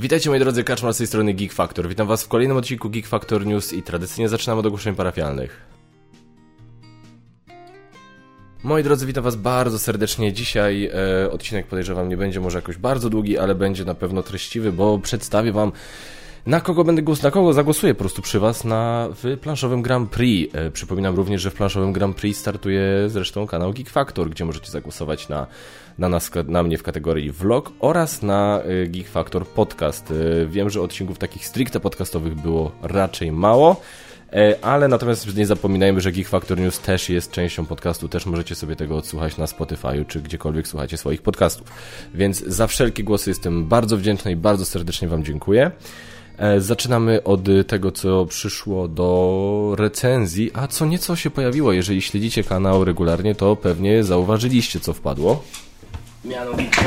Witajcie moi drodzy, Kaczmar z tej strony Geek Factor. Witam was w kolejnym odcinku Geek Factor News i tradycyjnie zaczynamy od ogłoszeń parafialnych. Moi drodzy, witam was bardzo serdecznie. Dzisiaj odcinek, podejrzewam, nie będzie może jakoś bardzo długi, ale będzie na pewno treściwy, bo przedstawię wam na kogo zagłosuję po prostu przy was w planszowym Grand Prix. Przypominam również, że w planszowym Grand Prix startuje zresztą kanał Geek Factor, gdzie możecie zagłosować na mnie w kategorii vlog oraz na Geek Factor podcast. Wiem, że odcinków takich stricte podcastowych było raczej mało, ale natomiast nie zapominajmy, że Geek Factor News też jest częścią podcastu, też możecie sobie tego odsłuchać na Spotify'u, czy gdziekolwiek słuchacie swoich podcastów. Więc za wszelkie głosy jestem bardzo wdzięczny i bardzo serdecznie wam dziękuję. Zaczynamy od tego, co przyszło do recenzji, a co nieco się pojawiło. Jeżeli śledzicie kanał regularnie, to pewnie zauważyliście, co wpadło. Mianowicie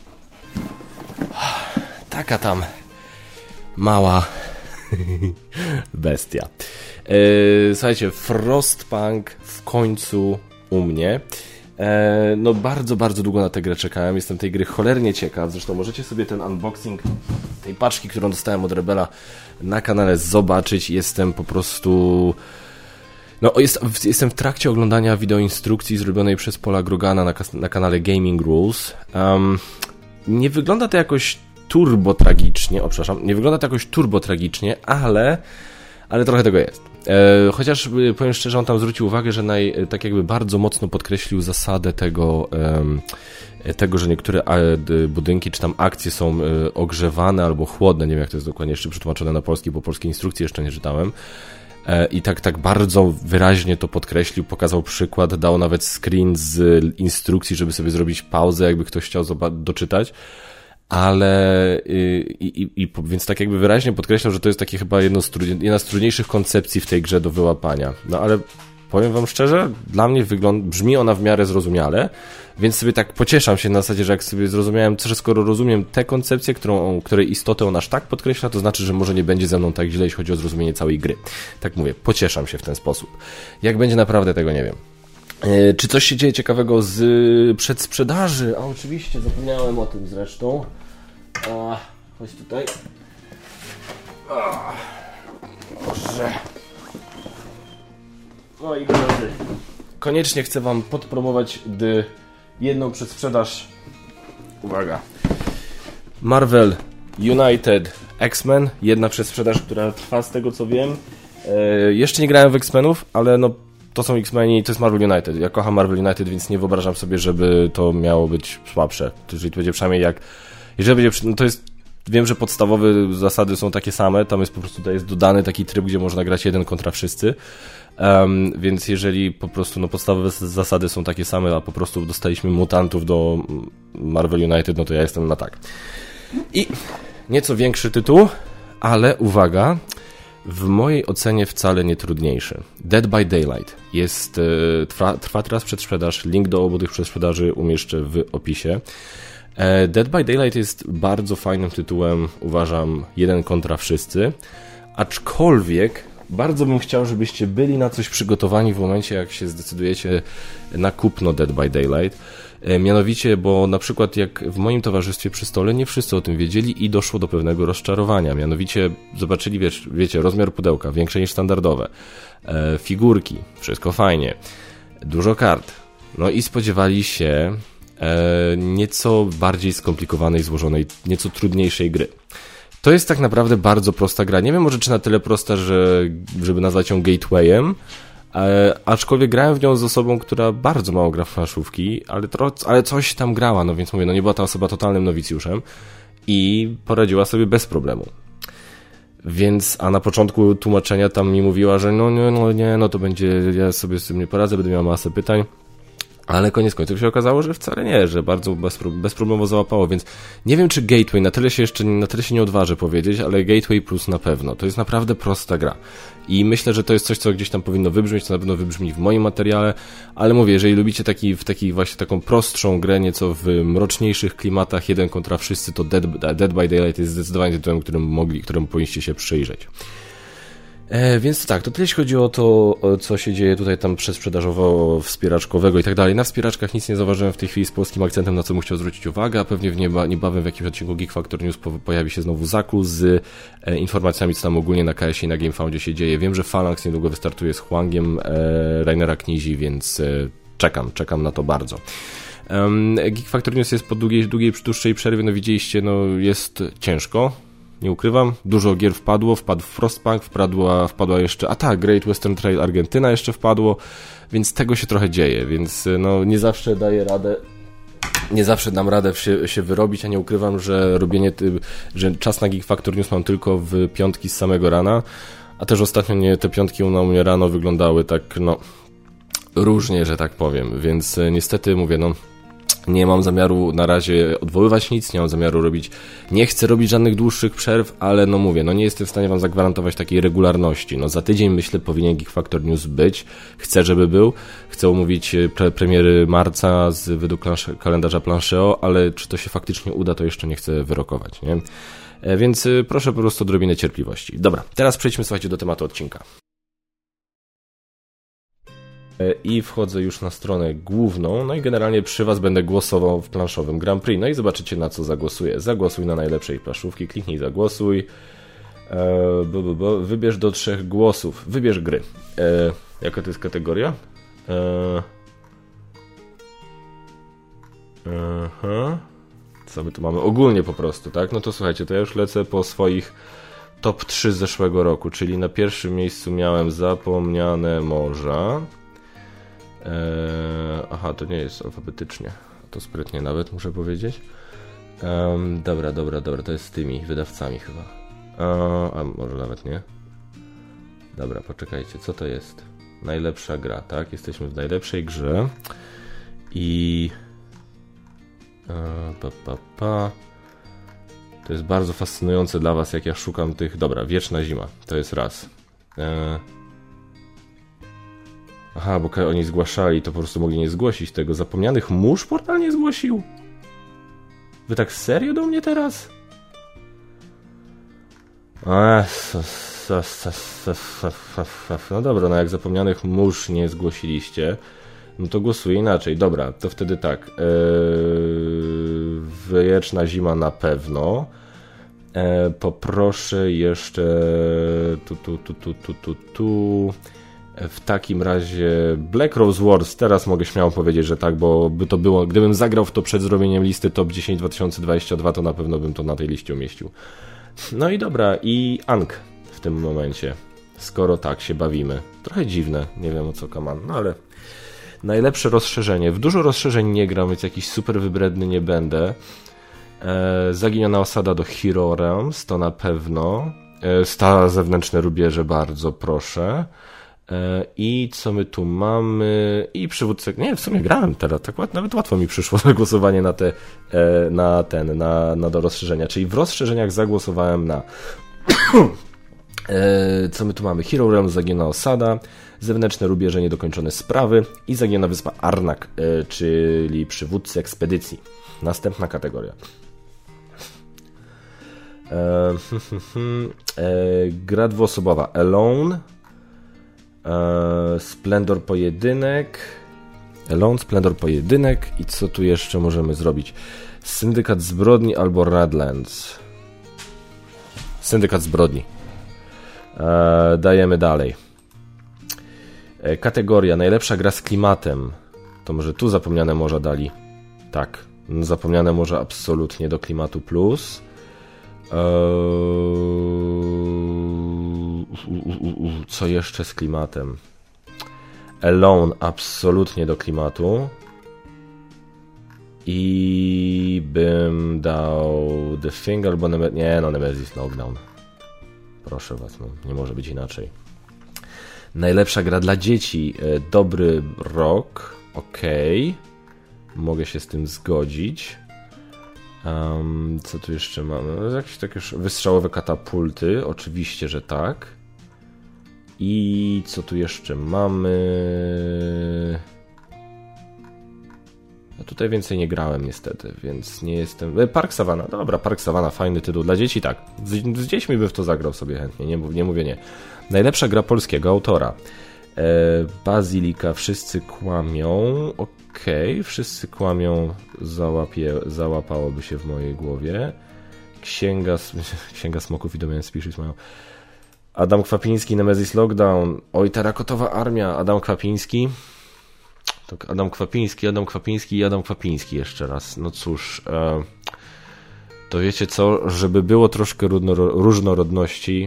taka tam mała bestia. Słuchajcie, Frostpunk w końcu u mnie. No bardzo, bardzo długo na tę grę czekałem. Jestem tej gry cholernie ciekaw. Zresztą możecie sobie ten unboxing tej paczki, którą dostałem od Rebela, na kanale zobaczyć. Jestem po prostu... jestem w trakcie oglądania wideoinstrukcji zrobionej przez Paula Grogana na kanale Gaming Rules. Nie wygląda to jakoś turbo tragicznie, ale trochę tego jest. Chociaż powiem szczerze, on tam zwrócił uwagę, że tak jakby bardzo mocno podkreślił zasadę tego, że niektóre budynki czy tam akcje są ogrzewane albo chłodne. Nie wiem, jak to jest dokładnie jeszcze przetłumaczone na polski, bo polskiej instrukcji jeszcze nie czytałem. I tak bardzo wyraźnie to podkreślił, pokazał przykład, dał nawet screen z instrukcji, żeby sobie zrobić pauzę, jakby ktoś chciał doczytać. Ale więc tak jakby wyraźnie podkreślał, że to jest takie chyba jedna z trudniejszych koncepcji w tej grze do wyłapania. No ale powiem wam szczerze, dla mnie brzmi ona w miarę zrozumiale, więc sobie tak pocieszam się na zasadzie, że jak sobie zrozumiałem, że skoro rozumiem tę koncepcję, której istotę on aż tak podkreśla, to znaczy, że może nie będzie ze mną tak źle, jeśli chodzi o zrozumienie całej gry. Tak mówię, pocieszam się w ten sposób. Jak będzie naprawdę, tego nie wiem. Czy coś się dzieje ciekawego z przedsprzedaży? A oczywiście, zapomniałem o tym zresztą. Chodź tutaj. Boże. Moi drodzy, koniecznie chcę wam podpromować jedną przedsprzedaż. Uwaga. Marvel United X-Men. Jedna przedsprzedaż, która trwa z tego co wiem. Jeszcze nie grałem w X-Menów, ale no to są X-Meni i to jest Marvel United. Ja kocham Marvel United, więc nie wyobrażam sobie, żeby to miało być słabsze. Jeżeli to będzie przynajmniej wiem, że podstawowe zasady są takie same, tam jest po prostu jest dodany taki tryb, gdzie można grać 1 kontra wszyscy. Więc jeżeli po prostu podstawowe zasady są takie same, a po prostu dostaliśmy mutantów do Marvel United, no to ja jestem na tak. I nieco większy tytuł, ale uwaga, w mojej ocenie wcale nie trudniejszy. Dead by Daylight trwa teraz przedsprzedaż. Link do obu tych przedsprzedaży umieszczę w opisie. Dead by Daylight jest bardzo fajnym tytułem, uważam, 1 kontra wszyscy, aczkolwiek bardzo bym chciał, żebyście byli na coś przygotowani w momencie, jak się zdecydujecie na kupno Dead by Daylight. Mianowicie, bo na przykład jak w moim towarzystwie przy stole nie wszyscy o tym wiedzieli i doszło do pewnego rozczarowania. Mianowicie zobaczyli, wiecie, rozmiar pudełka, większe niż standardowe, figurki, wszystko fajnie, dużo kart, no i spodziewali się nieco bardziej skomplikowanej, złożonej, nieco trudniejszej gry. To jest tak naprawdę bardzo prosta gra. Nie wiem może czy na tyle prosta, żeby nazwać ją gatewayem, aczkolwiek grałem w nią z osobą, która bardzo mało gra w planszówki, ale coś tam grała, no więc mówię, nie była ta osoba totalnym nowicjuszem i poradziła sobie bez problemu. Więc, a na początku tłumaczenia tam mi mówiła, że no to będzie, ja sobie z tym nie poradzę, będę miała masę pytań. Ale koniec końców się okazało, że wcale nie, że bardzo bezproblemowo załapało, więc nie wiem czy Gateway, na tyle się nie odważę powiedzieć, ale Gateway Plus na pewno. To jest naprawdę prosta gra. I myślę, że to jest coś, co gdzieś tam powinno wybrzmieć, to na pewno wybrzmi w moim materiale, ale mówię, jeżeli lubicie właśnie taką prostszą grę, nieco w mroczniejszych klimatach, 1 kontra wszyscy, to Dead by Daylight jest zdecydowanie tytułem, którym powinniście się przyjrzeć. Więc tak, to tyle jeśli chodzi o to, co się dzieje tutaj tam przesprzedażowo, wspieraczkowego i tak dalej. Na wspieraczkach nic nie zauważyłem w tej chwili z polskim akcentem, na co bym chciał zwrócić uwagę, a pewnie niebawem w jakimś odcinku Geek Factor News pojawi się znowu Zaku z informacjami, co tam ogólnie na KS-ie i na GameFoundzie się dzieje. Wiem, że Phalanx niedługo wystartuje z Hwangiem Rainera Knizi, więc czekam na to bardzo. Geek Factor News jest po dłuższej przerwie, no widzieliście, no jest ciężko. Nie ukrywam, dużo gier wpadł Frostpunk, wpadła jeszcze, Great Western Trail Argentyna jeszcze wpadło, więc tego się trochę dzieje, więc no nie zawsze daję radę, nie zawsze dam radę się wyrobić, a nie ukrywam, że że czas na Geek Factor News mam tylko w piątki z samego rana, a też ostatnio te piątki u mnie rano wyglądały tak, no, różnie, że tak powiem, więc niestety mówię, no, nie mam zamiaru na razie odwoływać nic, nie chcę robić żadnych dłuższych przerw, ale no mówię, no nie jestem w stanie wam zagwarantować takiej regularności. No za tydzień myślę powinien Geek Factor News być, chcę, żeby był, chcę omówić premiery marca według kalendarza Plancheo, ale czy to się faktycznie uda, to jeszcze nie chcę wyrokować, nie? Więc proszę po prostu o odrobinę cierpliwości. Dobra, teraz przejdźmy, słuchajcie, do tematu odcinka. I wchodzę już na stronę główną, no i generalnie przy was będę głosował w planszowym Grand Prix, no i zobaczycie, na co zagłosuję. Zagłosuj na najlepszej planszówki, kliknij zagłosuj, wybierz do 3 głosów, wybierz gry. Jaka to jest kategoria? Co my tu mamy? Ogólnie po prostu, tak? No to słuchajcie, to ja już lecę po swoich top 3 z zeszłego roku, czyli na pierwszym miejscu miałem Zapomniane Morza. To nie jest alfabetycznie. To sprytnie nawet, muszę powiedzieć. Dobra, to jest z tymi wydawcami chyba. A może nawet nie. Dobra, poczekajcie, co to jest? Najlepsza gra, tak? Jesteśmy w najlepszej grze. I... To jest bardzo fascynujące dla was, jak ja szukam tych... Dobra, Wieczna Zima, to jest raz. Bo oni zgłaszali, to po prostu mogli nie zgłosić tego. Zapomnianych Mórz portal nie zgłosił? Wy tak serio do mnie teraz? No dobra, no jak Zapomnianych Mórz nie zgłosiliście, no to głosuję inaczej. Dobra, to wtedy tak. Wieczna Zima na pewno. Poproszę jeszcze w takim razie Black Rose Wars, teraz mogę śmiało powiedzieć, że tak, bo by to było, gdybym zagrał w to przed zrobieniem listy Top 10 2022, to na pewno bym to na tej liście umieścił. No i dobra, i Ankh w tym momencie, skoro tak się bawimy. Trochę dziwne, nie wiem o co kaman, no ale najlepsze rozszerzenie. W dużo rozszerzeń nie gram, więc jakiś super wybredny nie będę. Zaginiona osada do Hero Realms, to na pewno. Zewnętrzne rubieże, bardzo proszę. I co my tu mamy? I przywódcę... Nie, w sumie grałem teraz, tak nawet łatwo mi przyszło głosowanie na do rozszerzenia. Czyli w rozszerzeniach zagłosowałem na... Co my tu mamy? Hero Realms, Zaginiona osada, Zewnętrzne rubieże, niedokończone sprawy i Zaginiona wyspa Arnak, czyli przywódcy ekspedycji. Następna kategoria. Gra dwuosobowa Alone, Splendor Pojedynek, i co tu jeszcze możemy zrobić? Syndykat Zbrodni albo Radlands. Syndykat Zbrodni. Dajemy dalej. Kategoria najlepsza gra z klimatem. To może tu Zapomniane Morza dali. Tak, Zapomniane Morza absolutnie do klimatu plus. Co jeszcze z klimatem? Alone absolutnie do klimatu. I bym dał The Thing albo Nemesis Knockdown. Proszę was, no, nie może być inaczej. Najlepsza gra dla dzieci. Dobry Rok. Okej. Mogę się z tym zgodzić. Co tu jeszcze mamy? Jakieś takie wystrzałowe katapulty. Oczywiście, że tak. I co tu jeszcze mamy? A tutaj więcej nie grałem niestety, więc nie jestem... Park Savana, dobra, Park Savana, fajny tytuł. Dla dzieci tak, z dziećmi bym w to zagrał sobie chętnie, nie mówię nie. Najlepsza gra polskiego autora. Bazylika, Wszyscy kłamią, okej, Wszyscy kłamią, załapałoby się w mojej głowie. Księga Smoków i Domain Species mają. Adam Kwapiński, Nemesis Lockdown, oj, Terakotowa Armia, Adam Kwapiński i Adam Kwapiński jeszcze raz. No cóż, to wiecie co, żeby było troszkę różnorodności,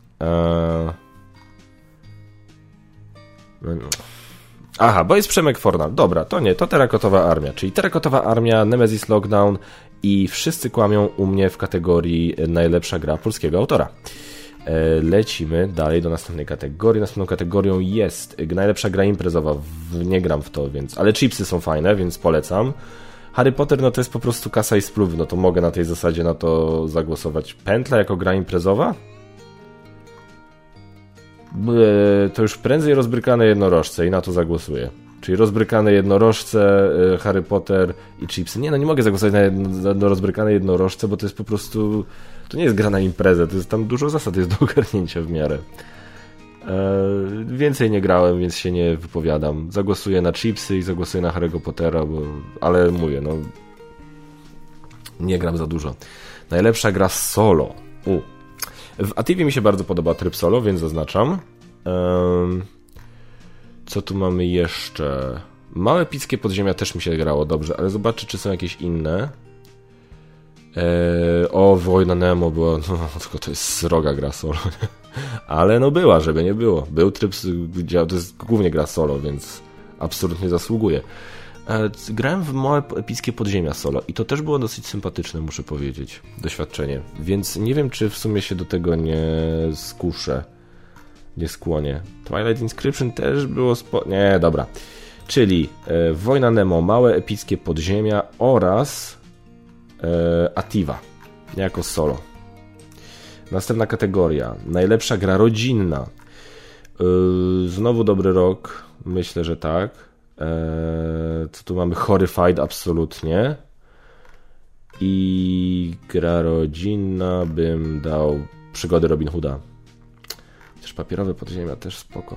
aha, bo jest Przemek Fornal. Dobra, to nie, to Terakotowa Armia. Czyli Terakotowa Armia, Nemesis Lockdown i Wszyscy kłamią u mnie w kategorii najlepsza gra polskiego autora. Lecimy dalej do następnej kategorii. Następną kategorią jest najlepsza gra imprezowa. Nie gram w to, więc... Ale chipsy są fajne, więc polecam. Harry Potter, no to jest po prostu kasa i spluw. No to mogę na tej zasadzie na to zagłosować. Pętla jako gra imprezowa? To już prędzej Rozbrykane jednorożce i na to zagłosuję. Czyli Rozbrykane jednorożce, Harry Potter i chipsy. Nie, no nie mogę zagłosować na Rozbrykane jednorożce, bo to jest po prostu... To nie jest gra na imprezę, to jest tam dużo zasad jest do ogarnięcia w miarę. Więcej nie grałem, więc się nie wypowiadam. Zagłosuję na chipsy i zagłosuję na Harry'ego Pottera, ale mówię, no... Nie gram za dużo. Najlepsza gra solo. W Ativie mi się bardzo podoba tryb solo, więc zaznaczam. Co tu mamy jeszcze? Małe epickie podziemia też mi się grało dobrze, ale zobaczę, czy są jakieś inne. Wojna Nemo była, no tylko to jest sroga gra solo. Ale no była, żeby nie było. Był tryb, to jest głównie gra solo, więc absolutnie zasługuje. Grałem w małe epickie podziemia solo i to też było dosyć sympatyczne, muszę powiedzieć, doświadczenie, więc nie wiem, czy w sumie się do tego nie skuszę, nie skłonię. Twilight Inscription też było nie, dobra. Czyli Wojna Nemo, małe epickie podziemia oraz Ativa jako solo. Następna kategoria, najlepsza gra rodzinna. Znowu Dobry Rok, myślę, że tak. Co tu mamy? Horrified, absolutnie. I gra rodzinna bym dał Przygody Robin Hooda. Też Papierowe Podziemia, też spoko.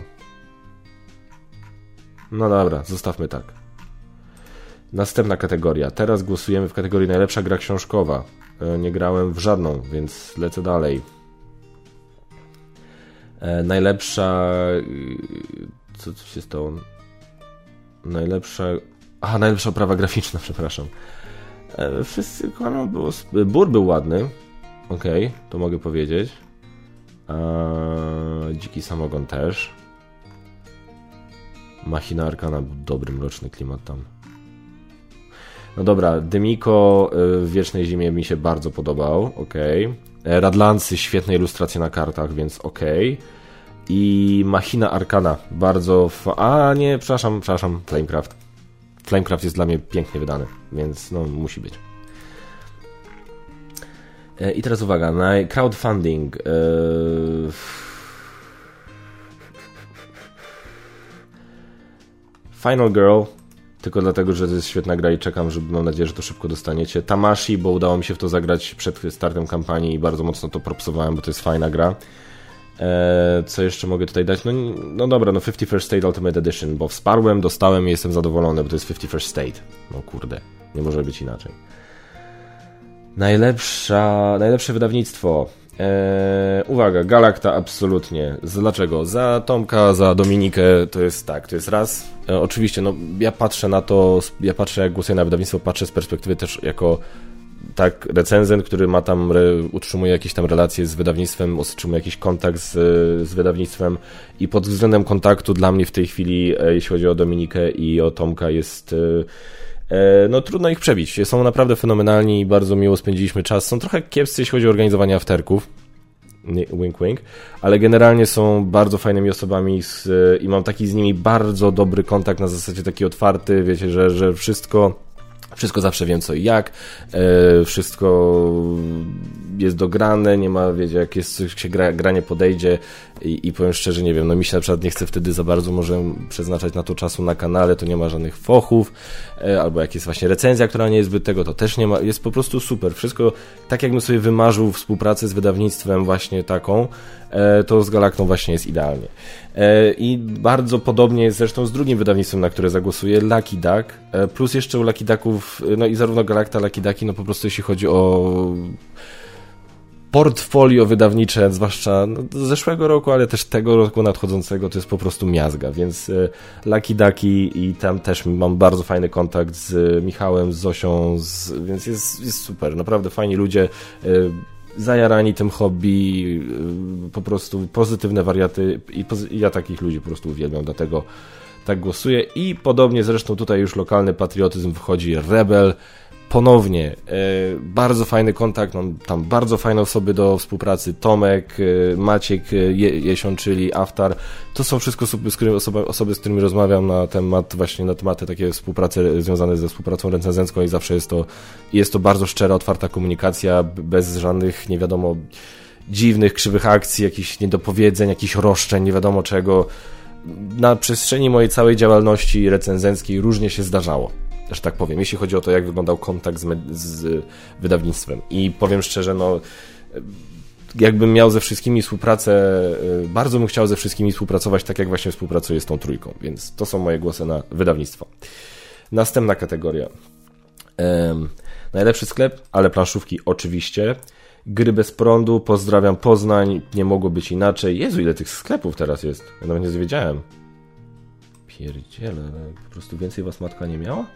No dobra, zostawmy tak. Następna kategoria. Teraz głosujemy w kategorii najlepsza gra książkowa. Nie grałem w żadną, więc lecę dalej. Najlepsza... Co tu się stało? Najlepsza oprawa graficzna, przepraszam. Wszyscy kłamią, było... Bur był ładny. Okej, to mogę powiedzieć. Dziki Samogon też. Machina Arcana był dobry, mroczny klimat tam. No dobra, Demiko w Wiecznej Zimie mi się bardzo podobał. Okej. Radlancy, świetne ilustracje na kartach, więc okej. I Machina Arcana, bardzo... przepraszam, Flamecraft. Flamecraft jest dla mnie pięknie wydany, więc no musi być. I teraz uwaga, na crowdfunding. Final Girl, tylko dlatego, że to jest świetna gra i czekam, mam nadzieję, że to szybko dostaniecie. Tamashii, bo udało mi się w to zagrać przed startem kampanii i bardzo mocno to propsowałem, bo to jest fajna gra. Co jeszcze mogę tutaj dać? No dobra, 51st State Ultimate Edition, bo wsparłem, dostałem i jestem zadowolony, bo to jest 51st State. No kurde, nie może być inaczej. Najlepsze wydawnictwo. Uwaga, Galacta absolutnie. Dlaczego? Za Tomka, za Dominikę to jest tak, to jest raz. Oczywiście, ja patrzę na to, jak głosuję na wydawnictwo, patrzę z perspektywy też jako tak recenzent, który ma tam, utrzymuje jakieś tam relacje z wydawnictwem, utrzymuje jakiś kontakt z wydawnictwem i pod względem kontaktu dla mnie w tej chwili, jeśli chodzi o Dominikę i o Tomka, jest... trudno ich przebić. Są naprawdę fenomenalni i bardzo miło spędziliśmy czas. Są trochę kiepscy, jeśli chodzi o organizowanie afterków. Wink, wink. Ale generalnie są bardzo fajnymi osobami i mam taki z nimi bardzo dobry kontakt na zasadzie taki otwarty. Wiecie, że wszystko zawsze wiem co i jak. Wszystko jest dograne, nie ma, wiecie, jak jest, się granie podejdzie i powiem szczerze, nie wiem, no mi się na przykład nie chce wtedy za bardzo może przeznaczać na to czasu na kanale, to nie ma żadnych fochów, albo jak jest właśnie recenzja, która nie jest zbyt tego, to też nie ma, jest po prostu super, wszystko tak jakbym sobie wymarzył współpracę z wydawnictwem właśnie taką, to z Galaktą właśnie jest idealnie. I bardzo podobnie jest zresztą z drugim wydawnictwem, na które zagłosuję, Lucky Duck, plus jeszcze u Lucky Ducków, no i zarówno Galacta, Lucky Ducki, no po prostu jeśli chodzi o portfolio wydawnicze, zwłaszcza z zeszłego roku, ale też tego roku nadchodzącego, to jest po prostu miazga, więc Lucky Ducky i tam też mam bardzo fajny kontakt z Michałem, z Zosią, więc jest super, naprawdę fajni ludzie, zajarani tym hobby, po prostu pozytywne wariaty i ja takich ludzi po prostu uwielbiam, dlatego tak głosuję i podobnie zresztą tutaj już lokalny patriotyzm wchodzi, Rebel, ponownie bardzo fajny kontakt, mam tam bardzo fajne osoby do współpracy, Tomek, Maciek Jesion, czyli Aftar, to są wszystko osoby, z którymi rozmawiam na tematy takie współpracy związane ze współpracą recenzencką i zawsze jest to bardzo szczera, otwarta komunikacja, bez żadnych, nie wiadomo, dziwnych, krzywych akcji, jakichś niedopowiedzeń, jakichś roszczeń, nie wiadomo czego. Na przestrzeni mojej całej działalności recenzenckiej różnie się zdarzało, że tak powiem, jeśli chodzi o to, jak wyglądał kontakt z wydawnictwem. I powiem szczerze, no jakbym miał ze wszystkimi współpracę, bardzo bym chciał ze wszystkimi współpracować tak, jak właśnie współpracuję z tą trójką, więc to są moje głosy na wydawnictwo. Następna kategoria. Najlepszy sklep, ale planszówki oczywiście. Gry bez prądu, pozdrawiam Poznań, nie mogło być inaczej. Jezu, ile tych sklepów teraz jest, ja nawet nie wiedziałem. Pierdziele, po prostu więcej was matka nie miała?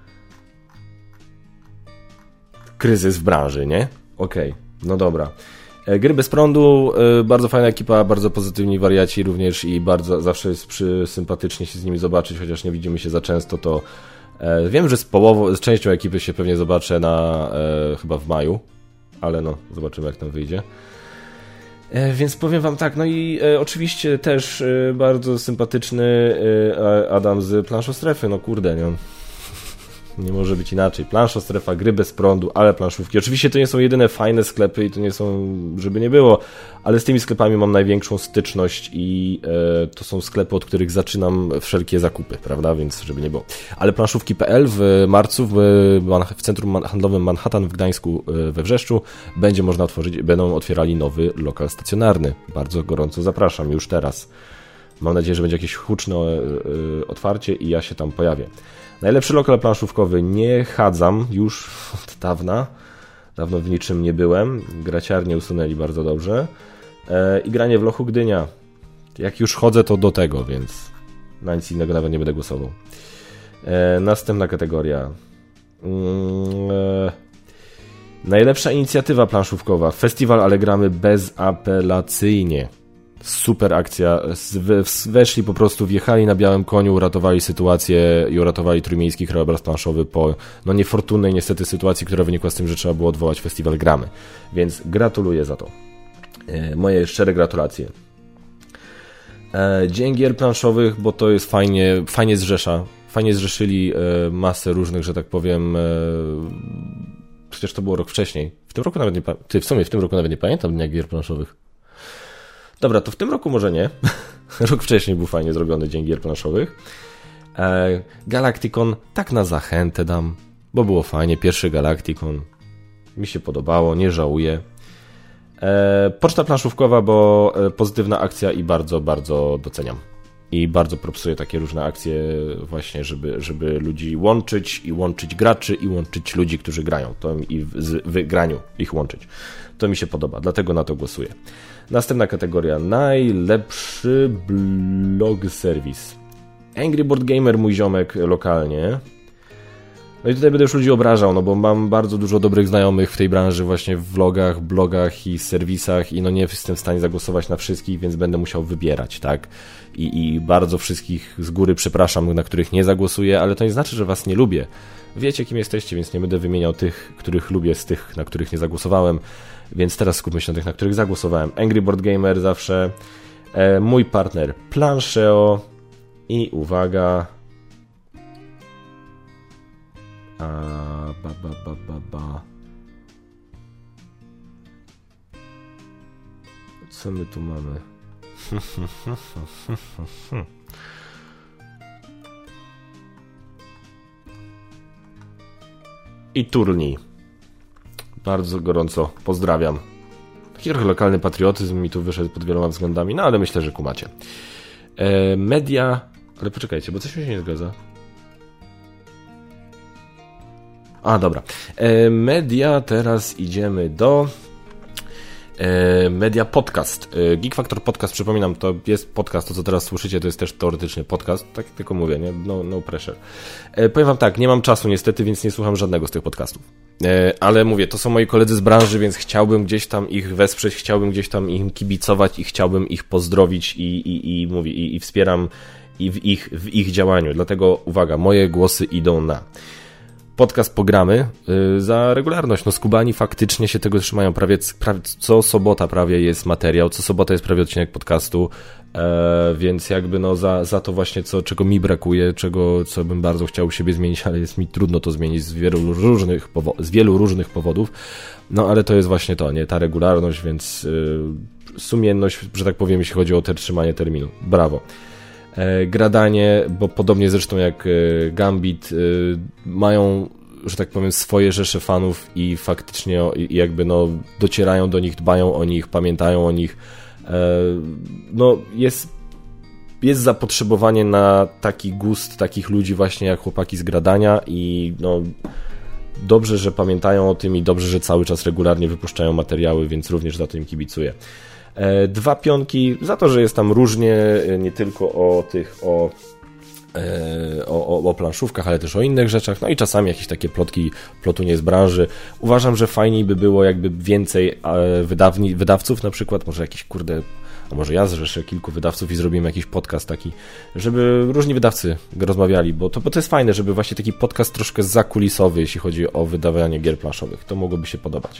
Kryzys w branży, nie? Okej, no dobra. Gry bez prądu, bardzo fajna ekipa, bardzo pozytywni wariaci również i bardzo zawsze jest sympatycznie się z nimi zobaczyć, chociaż nie widzimy się za często, to wiem, że z częścią ekipy się pewnie zobaczę chyba w maju, ale no, zobaczymy jak tam wyjdzie. Więc powiem wam tak, no i oczywiście też bardzo sympatyczny Adam z Planszą-Strefy, no kurde, nie może być inaczej. Planszą-Strefa, gry bez prądu, ale planszówki. Oczywiście to nie są jedyne fajne sklepy i to nie są, żeby nie było, ale z tymi sklepami mam największą styczność i to są sklepy, od których zaczynam wszelkie zakupy, prawda, więc żeby nie było. Ale planszówki.pl w marcu w centrum handlowym Manhattan w Gdańsku we Wrzeszczu będą otwierali nowy lokal stacjonarny. Bardzo gorąco zapraszam już teraz. Mam nadzieję, że będzie jakieś huczne otwarcie i ja się tam pojawię. Najlepszy lokal planszówkowy nie chadzam już od dawna. Dawno w niczym nie byłem. Graciarnie usunęli bardzo dobrze. I granie w lochu Gdynia. Jak już chodzę, to do tego, więc na nic innego nawet nie będę głosował. Następna kategoria. Najlepsza inicjatywa planszówkowa. Festiwal, ale gramy bezapelacyjnie. Super akcja, weszli po prostu, wjechali na białym koniu, uratowali sytuację i uratowali trójmiejski krajobraz planszowy po niefortunnej niestety sytuacji, która wynikła z tym, że trzeba było odwołać festiwal Gramy. Więc gratuluję za to. Moje szczere gratulacje. Dzień gier planszowych, bo to jest fajnie zrzesza. Fajnie zrzeszyli masę różnych, że tak powiem, przecież to było rok wcześniej. W tym roku nawet nie pamiętam dnia gier planszowych. Dobra, to w tym roku może nie. Rok wcześniej był fajnie zrobiony dzień gier planszowych. Galacticon tak na zachętę dam, bo było fajnie. Pierwszy Galacticon mi się podobało, nie żałuję. Poczta planszówkowa, bo pozytywna akcja i bardzo, bardzo doceniam. I bardzo propsuję takie różne akcje właśnie, żeby ludzi łączyć i łączyć graczy i łączyć ludzi, którzy grają. To i w wygraniu ich łączyć. To mi się podoba, dlatego na to głosuję. Następna kategoria. Najlepszy blog serwis. Angry Board Gamer, mój ziomek lokalnie. No i tutaj będę już ludzi obrażał, no bo mam bardzo dużo dobrych znajomych w tej branży właśnie w vlogach, blogach i serwisach i no nie jestem w stanie zagłosować na wszystkich, więc będę musiał wybierać, tak? I bardzo wszystkich z góry przepraszam, na których nie zagłosuję, ale to nie znaczy, że was nie lubię. Wiecie, kim jesteście, więc nie będę wymieniał tych, których lubię z tych, na których nie zagłosowałem, więc teraz skupmy się na tych, na których zagłosowałem. Angry Board Gamer zawsze, mój partner Planszeo i uwaga... Co my tu mamy? I turniej. Bardzo gorąco pozdrawiam. Taki trochę lokalny patriotyzm mi tu wyszedł pod wieloma względami, no ale myślę, że kumacie. Media... Ale poczekajcie, bo coś mi się nie zgadza. A, dobra. Media, teraz idziemy do... Media Podcast. Geek Factor Podcast, przypominam, to jest podcast, to co teraz słyszycie, to jest też teoretycznie podcast, tak tylko mówię, nie? No pressure. Powiem wam tak, nie mam czasu niestety, więc nie słucham żadnego z tych podcastów. Ale mówię, to są moi koledzy z branży, więc chciałbym gdzieś tam ich wesprzeć, chciałbym gdzieś tam im kibicować i chciałbym ich pozdrowić i mówię, i wspieram i w ich działaniu. Dlatego uwaga, moje głosy idą na podcast Pogramy za regularność. No Skubani faktycznie się tego trzymają. Prawie co sobota prawie jest materiał, co sobota jest prawie odcinek podcastu, więc jakby no za to właśnie czego mi brakuje, co bym bardzo chciał u siebie zmienić, ale jest mi trudno to zmienić z wielu różnych powodów. No ale to jest właśnie to, nie? Ta regularność, więc sumienność, że tak powiem, jeśli chodzi o trzymanie terminu. Brawo. Gradanie, bo podobnie zresztą jak Gambit, mają, że tak powiem, swoje rzesze fanów i faktycznie jakby no docierają do nich, dbają o nich, pamiętają o nich. No jest zapotrzebowanie na taki gust takich ludzi właśnie jak chłopaki z Gradania i no dobrze, że pamiętają o tym i dobrze, że cały czas regularnie wypuszczają materiały, więc również za to im kibicuję. 2 pionki za to, że jest tam różnie, nie tylko o planszówkach, ale też o innych rzeczach, no i czasami jakieś takie plotunie z branży. Uważam, że fajniej by było jakby więcej wydawców na przykład, może jakiś a może ja zrzeszę kilku wydawców i zrobimy jakiś podcast taki, żeby różni wydawcy rozmawiali, bo to jest fajne, żeby właśnie taki podcast troszkę zakulisowy, jeśli chodzi o wydawanie gier planszowych. To mogłoby się podobać.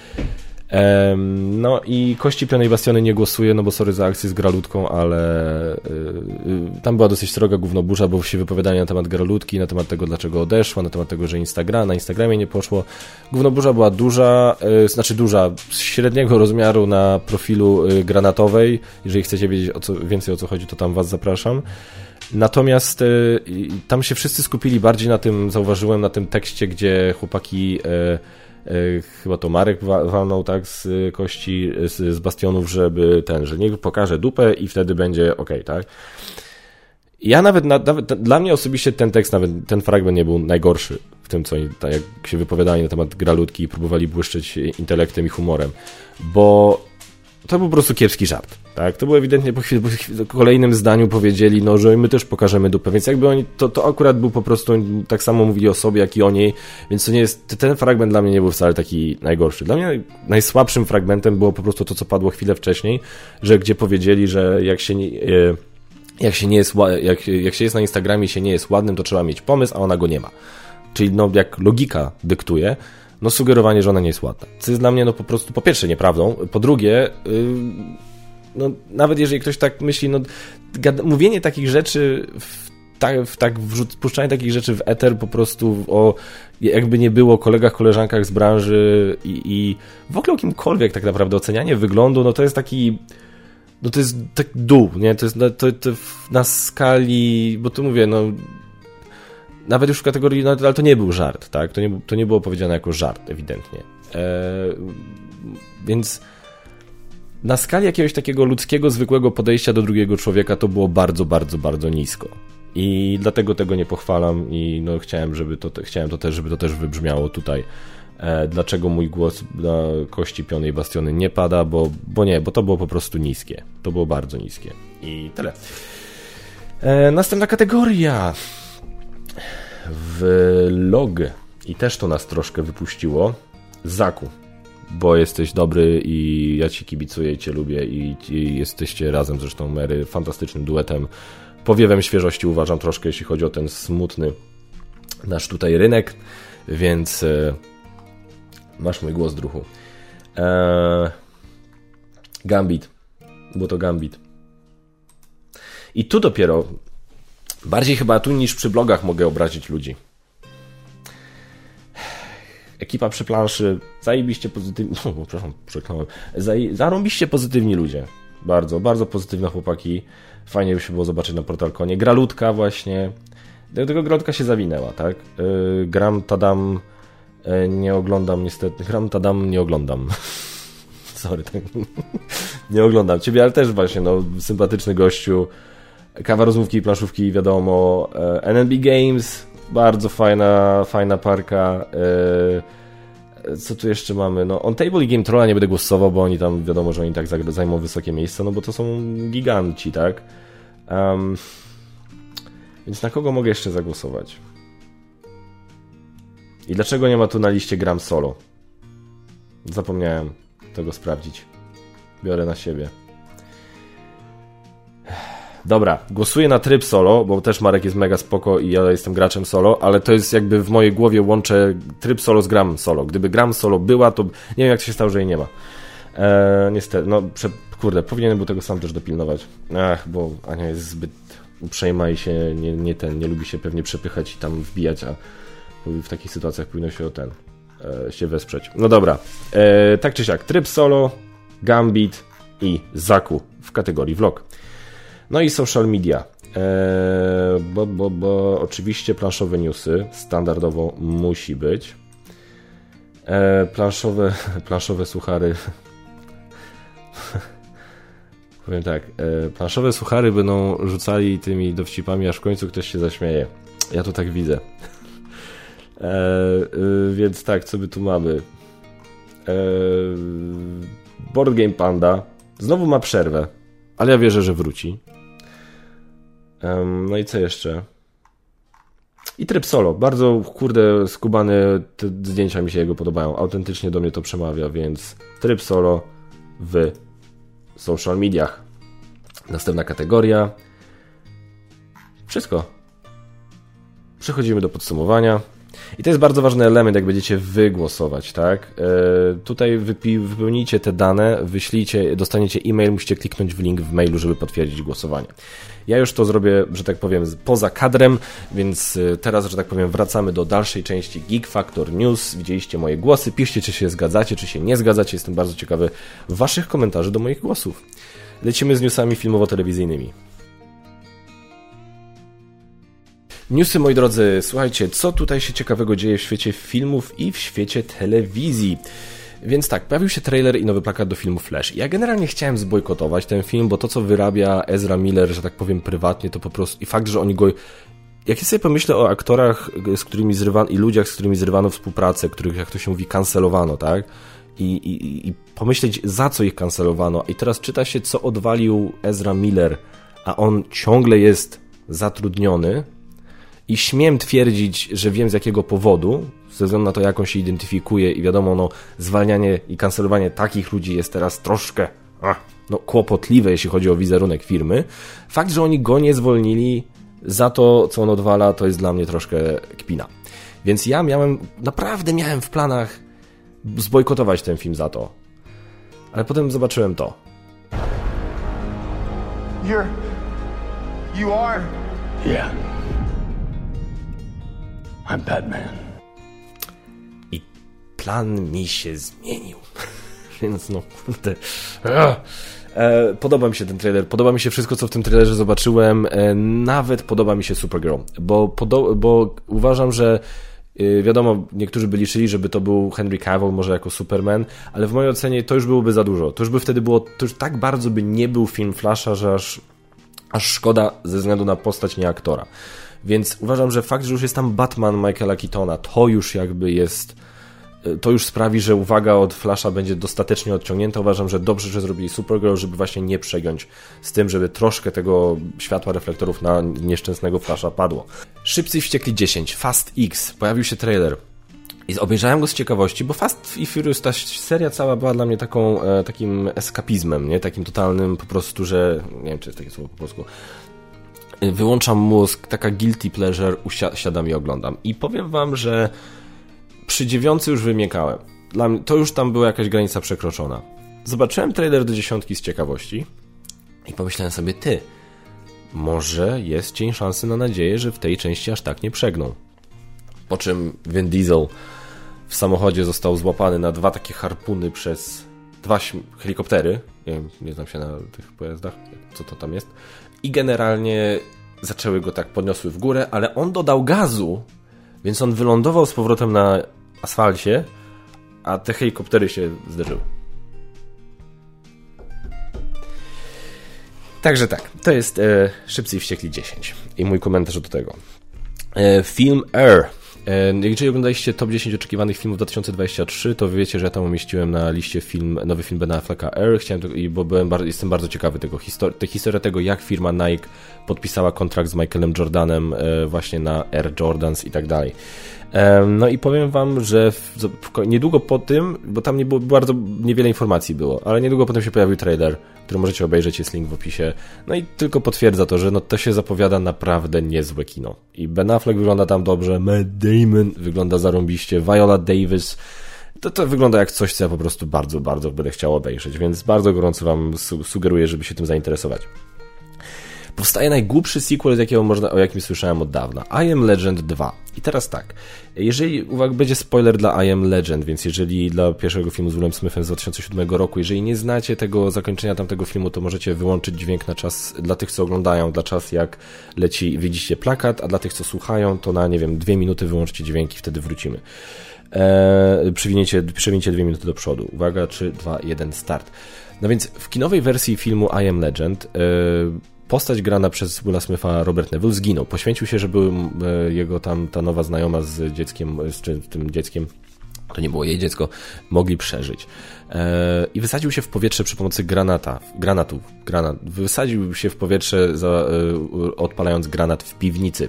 No i Kości Pionej Bastiony nie głosuję, no bo sorry za akcję z Gralutką, ale tam była dosyć sroga gównoburza, bo się wypowiadanie na temat Gralutki, na temat tego, dlaczego odeszła, na temat tego, że na Instagramie nie poszło. Gównoburza była duża, średniego rozmiaru na profilu Granatowej. Jeżeli chcecie wiedzieć więcej o co chodzi, to tam was zapraszam. Natomiast tam się wszyscy skupili bardziej na tym, zauważyłem, na tym tekście, gdzie chłopaki... chyba to Marek walnął tak z Kości, z Bastionów, że niech pokaże dupę i wtedy będzie okej, tak? Ja nawet dla mnie osobiście ten tekst, nawet ten fragment nie był najgorszy w tym, co tak jak się wypowiadali na temat Gralutki i próbowali błyszczeć intelektem i humorem, bo to był po prostu kiepski żart, tak? To było ewidentnie po kolejnym zdaniu powiedzieli, no, że my też pokażemy dupę, więc jakby oni, to akurat był po prostu, tak samo mówili o sobie, jak i o niej, więc to nie jest, ten fragment dla mnie nie był wcale taki najgorszy. Dla mnie najsłabszym fragmentem było po prostu to, co padło chwilę wcześniej, że gdzie powiedzieli, że jak się jest na Instagramie i się nie jest ładnym, to trzeba mieć pomysł, a ona go nie ma. Czyli no, jak logika dyktuje, no sugerowanie, że ona nie jest ładna. Co jest dla mnie no po prostu po pierwsze nieprawdą, po drugie no nawet jeżeli ktoś tak myśli, no mówienie takich rzeczy wpuszczanie takich rzeczy w eter po prostu o jakby nie było kolegach, koleżankach z branży i w ogóle o kimkolwiek tak naprawdę ocenianie wyglądu, no to jest taki no to jest tak dół, nie? To jest to na skali, bo tu mówię, no nawet już w kategorii, no, ale to nie był żart, tak? To nie było powiedziane jako żart, ewidentnie. Więc na skali jakiegoś takiego ludzkiego, zwykłego podejścia do drugiego człowieka to było bardzo, bardzo, bardzo nisko. I dlatego tego nie pochwalam i no chciałem, żeby to też wybrzmiało tutaj. Dlaczego mój głos na Kości Pionej Bastiony nie pada, bo to było po prostu niskie. To było bardzo niskie. I tyle. Następna kategoria. Vlog. I też to nas troszkę wypuściło. Zaku. Bo jesteś dobry i ja ci kibicuję i cię lubię i jesteście razem zresztą Mary fantastycznym duetem. Powiewem świeżości uważam troszkę, jeśli chodzi o ten smutny nasz tutaj rynek, więc masz mój głos, druhu. Gambit. Było to Gambit. I tu dopiero bardziej chyba tu niż przy blogach mogę obrazić ludzi. Ekipa przy planszy, zajebiście pozytywni, przepraszam, przekląłem, zarąbiście pozytywni ludzie. Bardzo, bardzo pozytywne chłopaki. Fajnie by się było zobaczyć na Portalconie. Gra ludka właśnie. Tego grudka się zawinęła, tak? Gram Tadam nie oglądam niestety. Gram Tadam nie oglądam. Sorry, tak. Nie oglądam ciebie, ale też właśnie, no, sympatyczny gościu. Kawa rozmówki i planszówki, wiadomo. NNB Games, bardzo fajna parka. Co tu jeszcze mamy? No, On Table i Game Trolla nie będę głosował, bo oni tam, wiadomo, że oni tak zajmą wysokie miejsca, no bo to są giganci, tak? Więc na kogo mogę jeszcze zagłosować? I dlaczego nie ma tu na liście gram solo? Zapomniałem tego sprawdzić. Biorę na siebie. Dobra, głosuję na tryb solo, bo też Marek jest mega spoko i ja jestem graczem solo, ale to jest jakby w mojej głowie łączę tryb solo z gram solo. Gdyby gram solo była, to nie wiem jak to się stało, że jej nie ma. Niestety, no kurde, powinienem był tego sam też dopilnować. Bo Ania jest zbyt uprzejma i się nie lubi się pewnie przepychać i tam wbijać, a w takich sytuacjach powinno się się wesprzeć. No dobra, tak czy siak, tryb solo, Gambit i Zaku w kategorii vlog. No i social media. Oczywiście planszowe newsy, standardowo musi być. Planszowe suchary. Powiem tak, planszowe suchary będą rzucali tymi dowcipami, aż w końcu ktoś się zaśmieje. Ja to tak widzę. Więc tak, co by tu mamy? Board Game Panda znowu ma przerwę, ale ja wierzę, że wróci. No i co jeszcze? I tryb solo. Bardzo, kurde, skubany, te zdjęcia mi się jego podobają. Autentycznie do mnie to przemawia, więc tryb solo w social mediach. Następna kategoria. Wszystko. Przechodzimy do podsumowania. I to jest bardzo ważny element, jak będziecie wygłosować, tak? Tutaj wypełnijcie te dane, wyślijcie, dostaniecie e-mail, musicie kliknąć w link w mailu, żeby potwierdzić głosowanie. Ja już to zrobię, że tak powiem, poza kadrem, więc teraz, że tak powiem, wracamy do dalszej części Geek Factor News. Widzieliście moje głosy, piszcie, czy się zgadzacie, czy się nie zgadzacie. Jestem bardzo ciekawy waszych komentarzy do moich głosów. Lecimy z newsami filmowo-telewizyjnymi. Newsy, moi drodzy, słuchajcie, co tutaj się ciekawego dzieje w świecie filmów i w świecie telewizji. Więc tak, pojawił się trailer i nowy plakat do filmu Flash. Ja generalnie chciałem zbojkotować ten film, bo to, co wyrabia Ezra Miller, że tak powiem, prywatnie, to po prostu... I fakt, że oni go... Jak ja sobie pomyślę o aktorach, z którymi zrywano, i ludziach, z którymi zrywano współpracę, których, jak to się mówi, kancelowano, tak? I pomyśleć, za co ich kancelowano. I teraz czyta się, co odwalił Ezra Miller, a on ciągle jest zatrudniony. I śmiem twierdzić, że wiem z jakiego powodu, ze względu na to, jak on się identyfikuje i wiadomo, no, zwalnianie i kancelowanie takich ludzi jest teraz troszkę kłopotliwe, jeśli chodzi o wizerunek firmy. Fakt, że oni go nie zwolnili za to, co on odwala, to jest dla mnie troszkę kpina. Więc ja naprawdę miałem w planach zbojkotować ten film za to. Ale potem zobaczyłem to. You are? Yeah. I'm Batman. I plan mi się zmienił. Więc no, kurde. Podoba mi się ten trailer, podoba mi się wszystko, co w tym trailerze zobaczyłem. Nawet podoba mi się Supergirl, bo uważam, że wiadomo, niektórzy by liczyli, żeby to był Henry Cavill, może jako Superman, ale w mojej ocenie to już byłoby za dużo. To już by wtedy było, to już tak bardzo by nie był film Flasha, że aż szkoda ze względu na postać, nie aktora. Więc uważam, że fakt, że już jest tam Batman Michaela Keatona, to już jakby jest, to już sprawi, że uwaga od Flasha będzie dostatecznie odciągnięta. Uważam, że dobrze, że zrobili Supergirl, żeby właśnie nie przegiąć z tym, żeby troszkę tego światła reflektorów na nieszczęsnego Flasha padło. Szybcy i Wściekli 10, Fast X, pojawił się trailer. I obejrzałem go z ciekawości, bo Fast i Furious, ta seria cała była dla mnie takim eskapizmem, nie? Takim totalnym po prostu, że, nie wiem, czy jest takie słowo po polsku, wyłączam mózg, taka guilty pleasure, siadam i oglądam. I powiem wam, że przy 9 już wymiękałem. Dla mnie, to już tam była jakaś granica przekroczona. Zobaczyłem trailer do 10 z ciekawości i pomyślałem sobie, może jest cień szansy na nadzieję, że w tej części aż tak nie przegną. Po czym Vin Diesel w samochodzie został złapany na 2 takie harpuny przez 2 helikoptery. Nie znam się na tych pojazdach, co to tam jest. I generalnie zaczęły go tak, podniosły w górę, ale on dodał gazu, więc on wylądował z powrotem na asfalcie, a te helikoptery się zderzyły. Także tak, to jest Szybcy i Wściekli 10 i mój komentarz do tego. Film Air. Jeżeli oglądaliście top 10 oczekiwanych filmów 2023, to wiecie, że ja tam umieściłem na liście nowy film Bena Afflecka Air, bo jestem bardzo ciekawy tej historii tego, jak firma Nike podpisała kontrakt z Michaelem Jordanem właśnie na Air Jordans i tak dalej. No i powiem wam, że niedługo po tym, bo tam nie było, bardzo niewiele informacji było, ale niedługo potem się pojawił trailer, który możecie obejrzeć, jest link w opisie. No i tylko potwierdza to, że no to się zapowiada naprawdę niezłe kino. I Ben Affleck wygląda tam dobrze, Matt Damon wygląda zarąbiście, Viola Davis, to wygląda jak coś, co ja po prostu bardzo, bardzo będę chciał obejrzeć, więc bardzo gorąco wam sugeruję, żeby się tym zainteresować. Powstaje najgłupszy sequel, o jakim słyszałem od dawna. I Am Legend 2. I teraz tak, będzie spoiler dla I Am Legend, więc jeżeli dla pierwszego filmu z Willem Smithem z 2007 roku, jeżeli nie znacie tego zakończenia tamtego filmu, to możecie wyłączyć dźwięk na czas, dla tych, co oglądają, dla czas jak leci, widzicie plakat, a dla tych, co słuchają, to na, 2 minuty wyłączcie dźwięk i wtedy wrócimy. Przewincie 2 minuty do przodu. Uwaga, 3, 2, 1, start. No więc w kinowej wersji filmu I Am Legend postać grana przez Willa Smitha, Robert Neville, zginął. Poświęcił się, żeby jego tam ta nowa znajoma z dzieckiem, tym dzieckiem, to nie było jej dziecko, mogli przeżyć. I wysadził się w powietrze przy pomocy granatu. Wysadził się w powietrze, odpalając granat w piwnicy.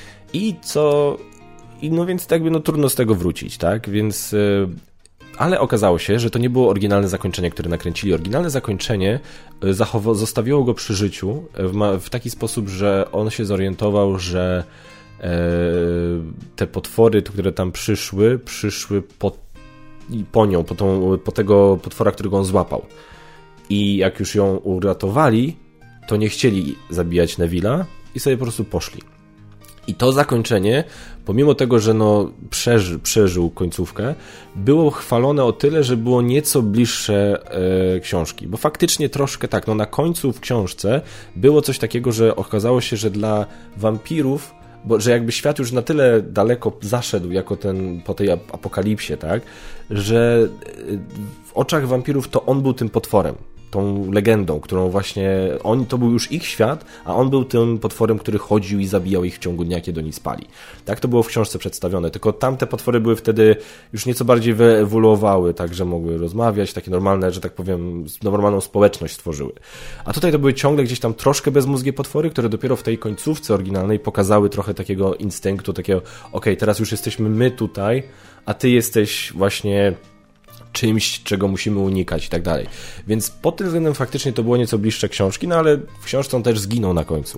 No więc trudno z tego wrócić, tak? Więc ale okazało się, że to nie było oryginalne zakończenie, które nakręcili. Oryginalne zakończenie zostawiło go przy życiu w taki sposób, że on się zorientował, że te potwory, które tam przyszły po nią, po tego potwora, którego on złapał. I jak już ją uratowali, to nie chcieli zabijać Neville'a i sobie po prostu poszli. I to zakończenie, pomimo tego, że przeżył końcówkę, było chwalone o tyle, że było nieco bliższe książki. Bo faktycznie troszkę tak, na końcu w książce było coś takiego, że okazało się, że dla wampirów, że jakby świat już na tyle daleko zaszedł po tej apokalipsie, tak, że w oczach wampirów to on był tym potworem. Tą legendą, którą właśnie to był już ich świat, a on był tym potworem, który chodził i zabijał ich w ciągu dnia, kiedy oni spali. Tak to było w książce przedstawione, tylko tamte potwory były wtedy już nieco bardziej wyewoluowały, tak, że mogły rozmawiać, takie normalne, że tak powiem, normalną społeczność stworzyły. A tutaj to były ciągle gdzieś tam troszkę bezmózgie potwory, które dopiero w tej końcówce oryginalnej pokazały trochę takiego instynktu, takiego, okej, teraz już jesteśmy my tutaj, a ty jesteś właśnie czymś, czego musimy unikać i tak dalej. Więc pod tym względem faktycznie to było nieco bliższe książki, ale w książce on też zginął na końcu.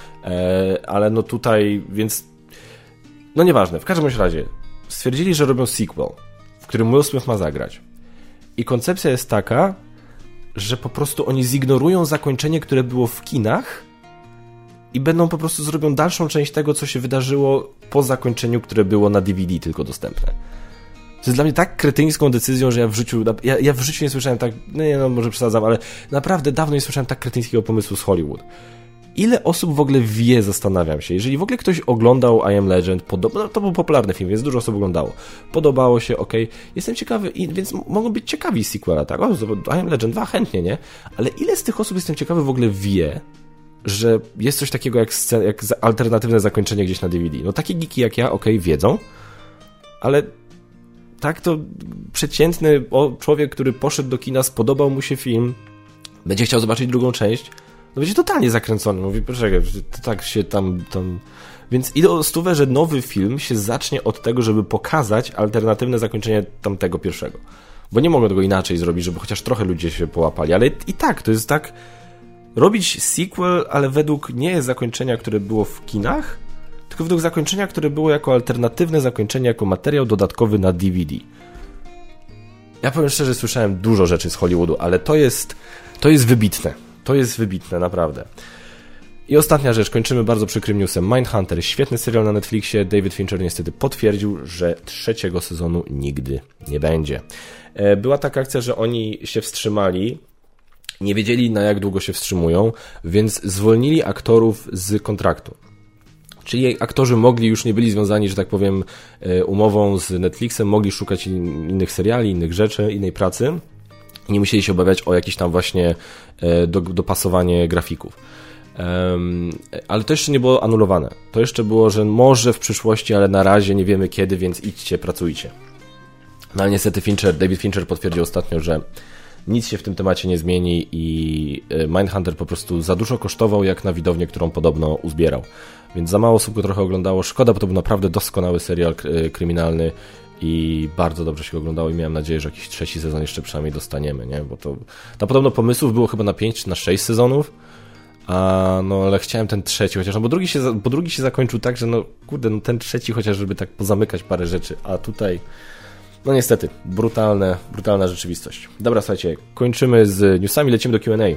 Ale tutaj, więc nieważne. W każdym razie stwierdzili, że robią sequel, w którym Will Smith ma zagrać. I koncepcja jest taka, że po prostu oni zignorują zakończenie, które było w kinach i po prostu zrobią dalszą część tego, co się wydarzyło po zakończeniu, które było na DVD tylko dostępne. To jest dla mnie tak kretyńską decyzją, że ja w życiu nie słyszałem tak, może przesadzam, ale naprawdę dawno nie słyszałem tak kretyńskiego pomysłu z Hollywood. Ile osób w ogóle wie, zastanawiam się. Jeżeli w ogóle ktoś oglądał I Am Legend, to był popularny film, więc dużo osób oglądało. Podobało się, okej. Jestem ciekawy, więc mogą być ciekawi sequela, tak? I Am Legend 2 chętnie, nie? Ale ile z tych osób, jestem ciekawy, w ogóle wie, że jest coś takiego jak alternatywne zakończenie gdzieś na DVD. Takie geeki jak ja, wiedzą, ale tak to przeciętny człowiek, który poszedł do kina, spodobał mu się film, będzie chciał zobaczyć drugą część, będzie totalnie zakręcony. Mówi, poczekaj, to tak się tam... Więc idę o stówę, że nowy film się zacznie od tego, żeby pokazać alternatywne zakończenie tamtego pierwszego. Bo nie mogą tego inaczej zrobić, żeby chociaż trochę ludzie się połapali, ale i tak, to jest tak... Robić sequel, ale według nie zakończenia, które było w kinach, tylko według zakończenia, które było jako alternatywne zakończenie, jako materiał dodatkowy na DVD. Ja powiem szczerze, słyszałem dużo rzeczy z Hollywoodu, ale to jest wybitne. To jest wybitne, naprawdę. I ostatnia rzecz, kończymy bardzo przykrym newsem. Mindhunter, świetny serial na Netflixie. David Fincher niestety potwierdził, że 3. sezonu nigdy nie będzie. Była taka akcja, że oni się wstrzymali, nie wiedzieli na jak długo się wstrzymują, więc zwolnili aktorów z kontraktu. Czyli aktorzy już nie byli związani, że tak powiem, umową z Netflixem, mogli szukać innych seriali, innych rzeczy, innej pracy i nie musieli się obawiać o jakieś tam właśnie dopasowanie grafików. Ale to jeszcze nie było anulowane. To jeszcze było, że może w przyszłości, ale na razie nie wiemy kiedy, więc idźcie, pracujcie. No ale niestety David Fincher potwierdził ostatnio, że nic się w tym temacie nie zmieni i Mindhunter po prostu za dużo kosztował jak na widownię, którą podobno uzbierał. Więc za mało osób go trochę oglądało. Szkoda, bo to był naprawdę doskonały serial kryminalny i bardzo dobrze się go oglądało i miałem nadzieję, że jakiś 3. sezon jeszcze przynajmniej dostaniemy, nie? Bo to tam podobno pomysłów było chyba na 5 czy na 6 sezonów, ale chciałem ten 3, chociaż bo drugi się zakończył tak, że ten 3 chociaż, żeby tak pozamykać parę rzeczy, a tutaj niestety, brutalna rzeczywistość. Dobra, słuchajcie, kończymy z newsami, lecimy do Q&A.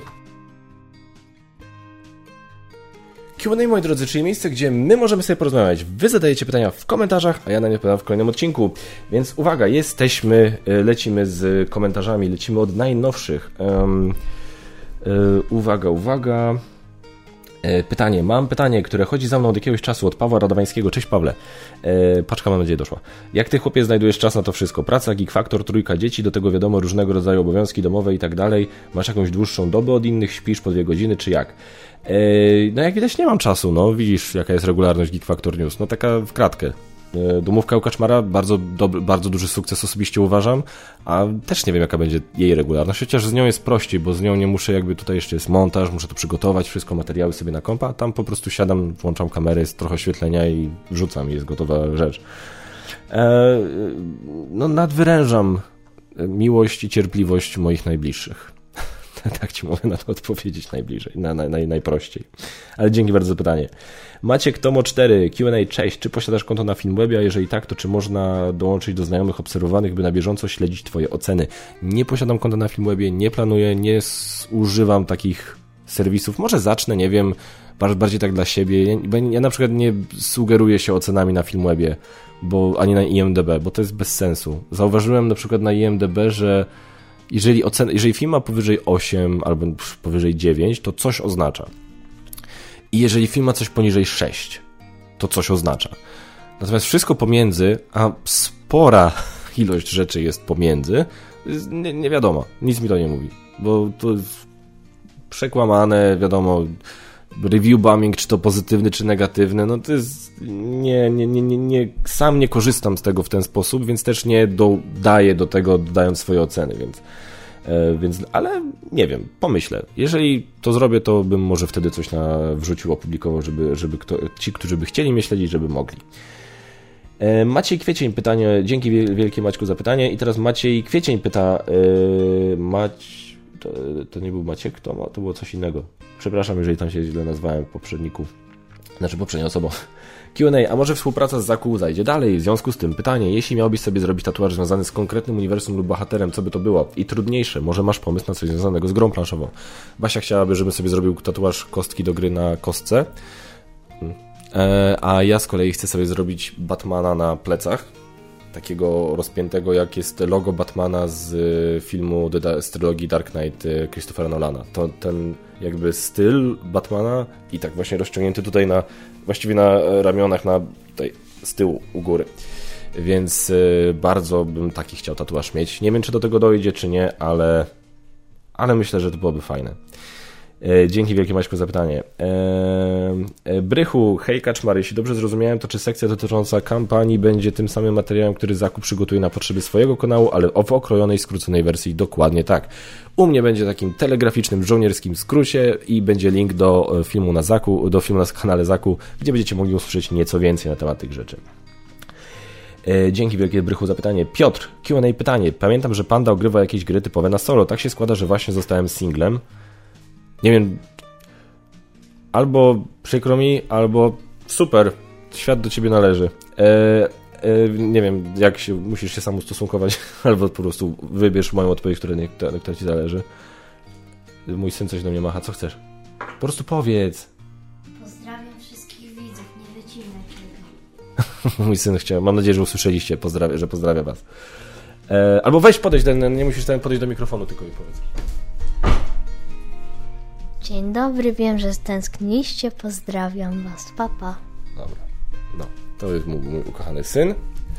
Q&A, moi drodzy, czyli miejsce, gdzie my możemy sobie porozmawiać. Wy zadajecie pytania w komentarzach, a ja na nie odpowiadam w kolejnym odcinku. Więc uwaga, lecimy z komentarzami, lecimy od najnowszych. Uwaga. Mam pytanie, które chodzi za mną od jakiegoś czasu, od Pawła Radowańskiego. Cześć Pawle. Paczka, mam nadzieję, doszła. Jak ty, chłopie, znajdujesz czas na to wszystko? Praca, Geek Factor, 3 dzieci, do tego wiadomo, różnego rodzaju obowiązki domowe i tak dalej. Masz jakąś dłuższą dobę od innych, śpisz po 2 godziny, czy jak? Jak widać, nie mam czasu, widzisz, jaka jest regularność Geek Factor News. Taka w kratkę. Domówka u Kaczmara, bardzo duży sukces osobiście uważam, a też nie wiem, jaka będzie jej regularność, chociaż z nią jest prościej, bo z nią nie muszę tutaj jeszcze jest montaż, muszę to przygotować, wszystko, materiały sobie na kompa, tam po prostu siadam, włączam kamerę, jest trochę oświetlenia i wrzucam i jest gotowa rzecz. Nadwyrężam miłość i cierpliwość moich najbliższych. Tak ci mogę na to odpowiedzieć najbliżej, najprościej. Ale dzięki bardzo za pytanie. Maciek Tomo 4, Q&A, cześć. Czy posiadasz konto na Filmwebie, a jeżeli tak, to czy można dołączyć do znajomych obserwowanych, by na bieżąco śledzić twoje oceny? Nie posiadam konta na Filmwebie, nie planuję, nie używam takich serwisów. Może zacznę, nie wiem, bardziej tak dla siebie. Ja na przykład nie sugeruję się ocenami na Filmwebie, ani na IMDb, bo to jest bez sensu. Zauważyłem na przykład na IMDb, że jeżeli film ma powyżej 8 albo powyżej 9, to coś oznacza. I jeżeli film ma coś poniżej 6, to coś oznacza. Natomiast wszystko pomiędzy, a spora ilość rzeczy jest pomiędzy, nie wiadomo, nic mi to nie mówi. Bo to jest przekłamane, wiadomo, review bombing, czy to pozytywny, czy negatywny, to jest sam nie korzystam z tego w ten sposób, więc też nie dodaję do tego, dodając swoje oceny, więc ale nie wiem, pomyślę. Jeżeli to zrobię, to bym może wtedy coś wrzucił, opublikował, żeby ci, którzy by chcieli mnie śledzić, żeby mogli. Maciej Kwiecień pytanie, dzięki wielkie Maćku za pytanie. I teraz Maciej Kwiecień pyta, to nie był Maciek, to było coś innego. Przepraszam, jeżeli tam się źle nazwałem poprzednią osobą. Q&A, a może współpraca z Zaku zajdzie dalej? W związku z tym pytanie, jeśli miałbyś sobie zrobić tatuaż związany z konkretnym uniwersum lub bohaterem, co by to było? I trudniejsze, może masz pomysł na coś związanego z grą planszową? Basia chciałaby, żebym sobie zrobił tatuaż kostki do gry na kostce, a ja z kolei chcę sobie zrobić Batmana na plecach, takiego rozpiętego, jak jest logo Batmana z filmu z trylogii Dark Knight Christophera Nolana. To ten jakby styl Batmana i tak właśnie rozciągnięty tutaj właściwie na ramionach, tutaj z tyłu u góry. Więc bardzo bym taki chciał tatuaż mieć. Nie wiem, czy do tego dojdzie, czy nie, ale myślę, że to byłoby fajne. Dzięki wielkie Maćku za pytanie. Brychu, hej Kaczmar, jeśli dobrze zrozumiałem, to czy sekcja dotycząca kampanii będzie tym samym materiałem, który Zaku przygotuje na potrzeby swojego kanału, ale w okrojonej, skróconej wersji? Dokładnie tak. U mnie będzie takim telegraficznym, żołnierskim skrócie i będzie link do filmu na kanale Zaku, gdzie będziecie mogli usłyszeć nieco więcej na temat tych rzeczy. Dzięki wielkie Brychu za pytanie. Piotr, Q&A pytanie. Pamiętam, że Panda ogrywa jakieś gry typowe na solo. Tak się składa, że właśnie zostałem singlem. Nie wiem, albo przykro mi, albo super, świat do ciebie należy. Nie wiem, jak musisz się sam ustosunkować, albo po prostu wybierz moją odpowiedź, która ci zależy. Mój syn coś do mnie macha, co chcesz? Po prostu powiedz. Mój syn chciał, mam nadzieję, że usłyszeliście, że pozdrawia was. Albo weź podejdź, nie musisz podejść do mikrofonu, tylko i powiedz. Dzień dobry, wiem, że stęskniliście, pozdrawiam was, papa. Dobra, no, to jest mój ukochany syn.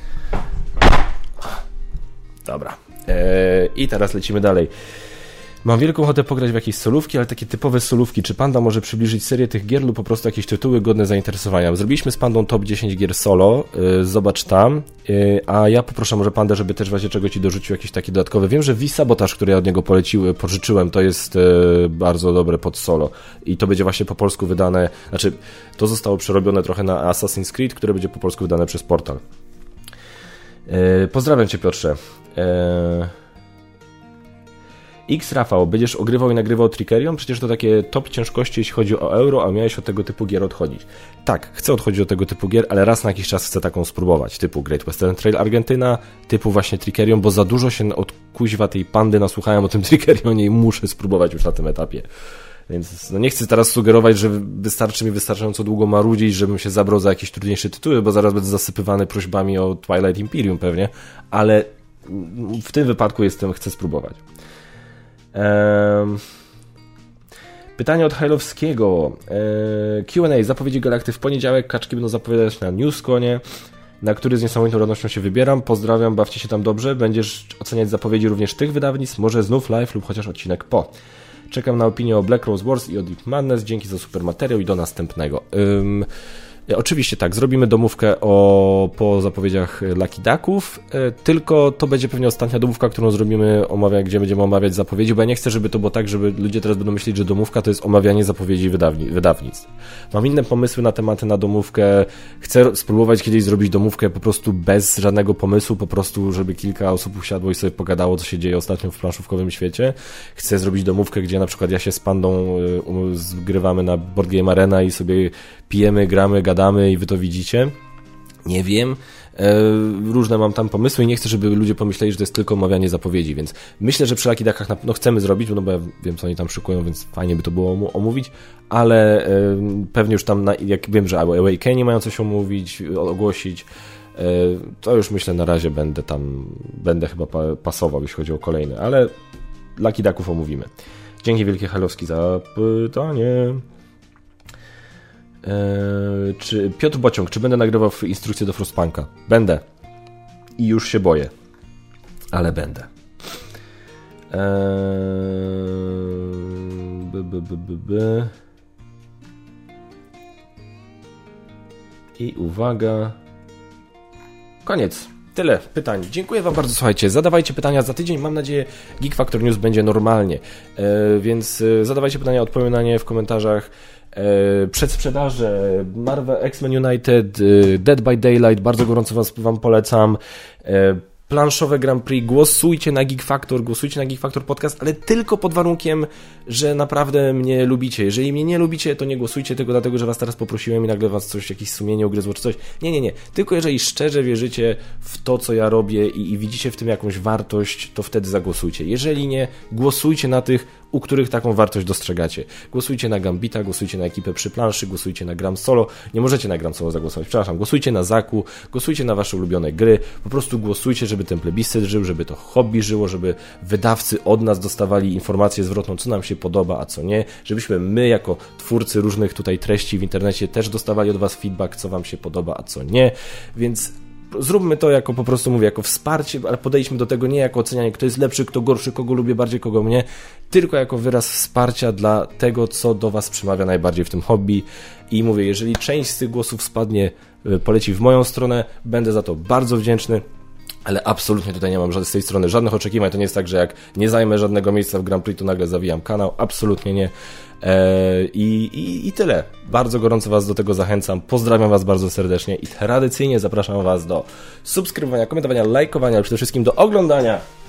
Dobra, i teraz lecimy dalej. Mam wielką ochotę pograć w jakieś solówki, ale takie typowe solówki. Czy Panda może przybliżyć serię tych gier lub po prostu jakieś tytuły godne zainteresowania? Zrobiliśmy z Pandą top 10 gier solo, zobacz tam, a ja poproszę może Pandę, żeby też w razie czego ci dorzucił jakieś takie dodatkowe. Wiem, że V-Sabotage, który ja od niego pożyczyłem, to jest bardzo dobre pod solo i to będzie właśnie po polsku wydane, znaczy to zostało przerobione trochę na Assassin's Creed, które będzie po polsku wydane przez Portal. Pozdrawiam cię, Piotrze. X Rafał, będziesz ogrywał i nagrywał Trickerion? Przecież to takie top ciężkości, jeśli chodzi o euro, a miałeś od tego typu gier odchodzić. Tak, chcę odchodzić od tego typu gier, ale raz na jakiś czas chcę taką spróbować, typu Great Western Trail Argentyna, typu właśnie Trickerion, bo za dużo się od kuźwa tej Pandy nasłuchałem o tym Trickerionie i muszę spróbować już na tym etapie. Więc no nie chcę teraz sugerować, że wystarczy mi wystarczająco długo marudzić, żebym się zabrał za jakieś trudniejsze tytuły, bo zaraz będę zasypywany prośbami o Twilight Imperium pewnie, ale w tym wypadku chcę spróbować. Pytanie od Hajlowskiego. Q&A. Zapowiedzi Galakty w poniedziałek. Kaczki będą zapowiadać na Newsconie, na który z niesamowitą radością się wybieram. Pozdrawiam, bawcie się tam dobrze. Będziesz oceniać zapowiedzi również tych wydawnictw, może znów live lub chociaż odcinek po. Czekam na opinię o Black Rose Wars i o Deep Madness. Dzięki za super materiał i do następnego. Oczywiście tak, zrobimy domówkę po zapowiedziach Lucky Ducków, tylko to będzie pewnie ostatnia domówka, którą zrobimy, gdzie będziemy omawiać zapowiedzi, bo ja nie chcę, żeby to było tak, żeby ludzie teraz będą myśleć, że domówka to jest omawianie zapowiedzi wydawnictw. Mam inne pomysły na tematy na domówkę, chcę spróbować kiedyś zrobić domówkę po prostu bez żadnego pomysłu, po prostu, żeby kilka osób usiadło i sobie pogadało, co się dzieje ostatnio w planszówkowym świecie. Chcę zrobić domówkę, gdzie na przykład ja się z Pandą zgrywamy na Board Game Arena i sobie pijemy, gramy, gadamy i wy to widzicie. Nie wiem. Różne mam tam pomysły i nie chcę, żeby ludzie pomyśleli, że to jest tylko omawianie zapowiedzi, więc myślę, że przy Lucky Duckach chcemy zrobić, no bo ja wiem, co oni tam szykują, więc fajnie by to było omówić, ale pewnie już tam, jak wiem, że Awakeni mają coś omówić, ogłosić, to już myślę na razie będę chyba pasował, jeśli chodzi o kolejne, ale Lucky Ducków omówimy. Dzięki wielkie Halowski za pytanie. Czy Piotr Bociąg, czy będę nagrywał instrukcję do Frostpunka? Będę. I już się boję. Ale będę. I uwaga. Koniec. Tyle pytań. Dziękuję wam bardzo. Słuchajcie, zadawajcie pytania za tydzień. Mam nadzieję, Geek Factor News będzie normalnie. Więc zadawajcie pytania, odpowiem na nie w komentarzach. Przedsprzedaże Marvel, X-Men United, Dead by Daylight, bardzo gorąco wam polecam. Planszowe Grand Prix, głosujcie na Geek Factor Podcast, ale tylko pod warunkiem, że naprawdę mnie lubicie. Jeżeli mnie nie lubicie, to nie głosujcie tylko dlatego, że was teraz poprosiłem i nagle was jakieś sumienie ugryzło czy coś. Nie. Tylko jeżeli szczerze wierzycie w to, co ja robię i widzicie w tym jakąś wartość, to wtedy zagłosujcie. Jeżeli nie, głosujcie na tych, u których taką wartość dostrzegacie. Głosujcie na Gambita, głosujcie na ekipę przy planszy, głosujcie na Gram Solo. Nie możecie na Gram Solo zagłosować, przepraszam. Głosujcie na Zaku, głosujcie na wasze ulubione gry. Po prostu głosujcie, żeby ten plebiscyt żył, żeby to hobby żyło, żeby wydawcy od nas dostawali informację zwrotną, co nam się podoba, a co nie. Żebyśmy my, jako twórcy różnych tutaj treści w internecie, też dostawali od was feedback, co wam się podoba, a co nie. Więc zróbmy to jako, po prostu mówię, jako wsparcie, ale podejdźmy do tego nie jako ocenianie, kto jest lepszy, kto gorszy, kogo lubię bardziej, kogo mnie, tylko jako wyraz wsparcia dla tego, co do was przemawia najbardziej w tym hobby. I mówię, jeżeli część z tych głosów poleci w moją stronę, będę za to bardzo wdzięczny, ale absolutnie tutaj nie mam z tej strony żadnych oczekiwań. To nie jest tak, że jak nie zajmę żadnego miejsca w Grand Prix, to nagle zawijam kanał. Absolutnie nie. I tyle. Bardzo gorąco was do tego zachęcam. Pozdrawiam was bardzo serdecznie i tradycyjnie zapraszam was do subskrybowania, komentowania, lajkowania, ale przede wszystkim do oglądania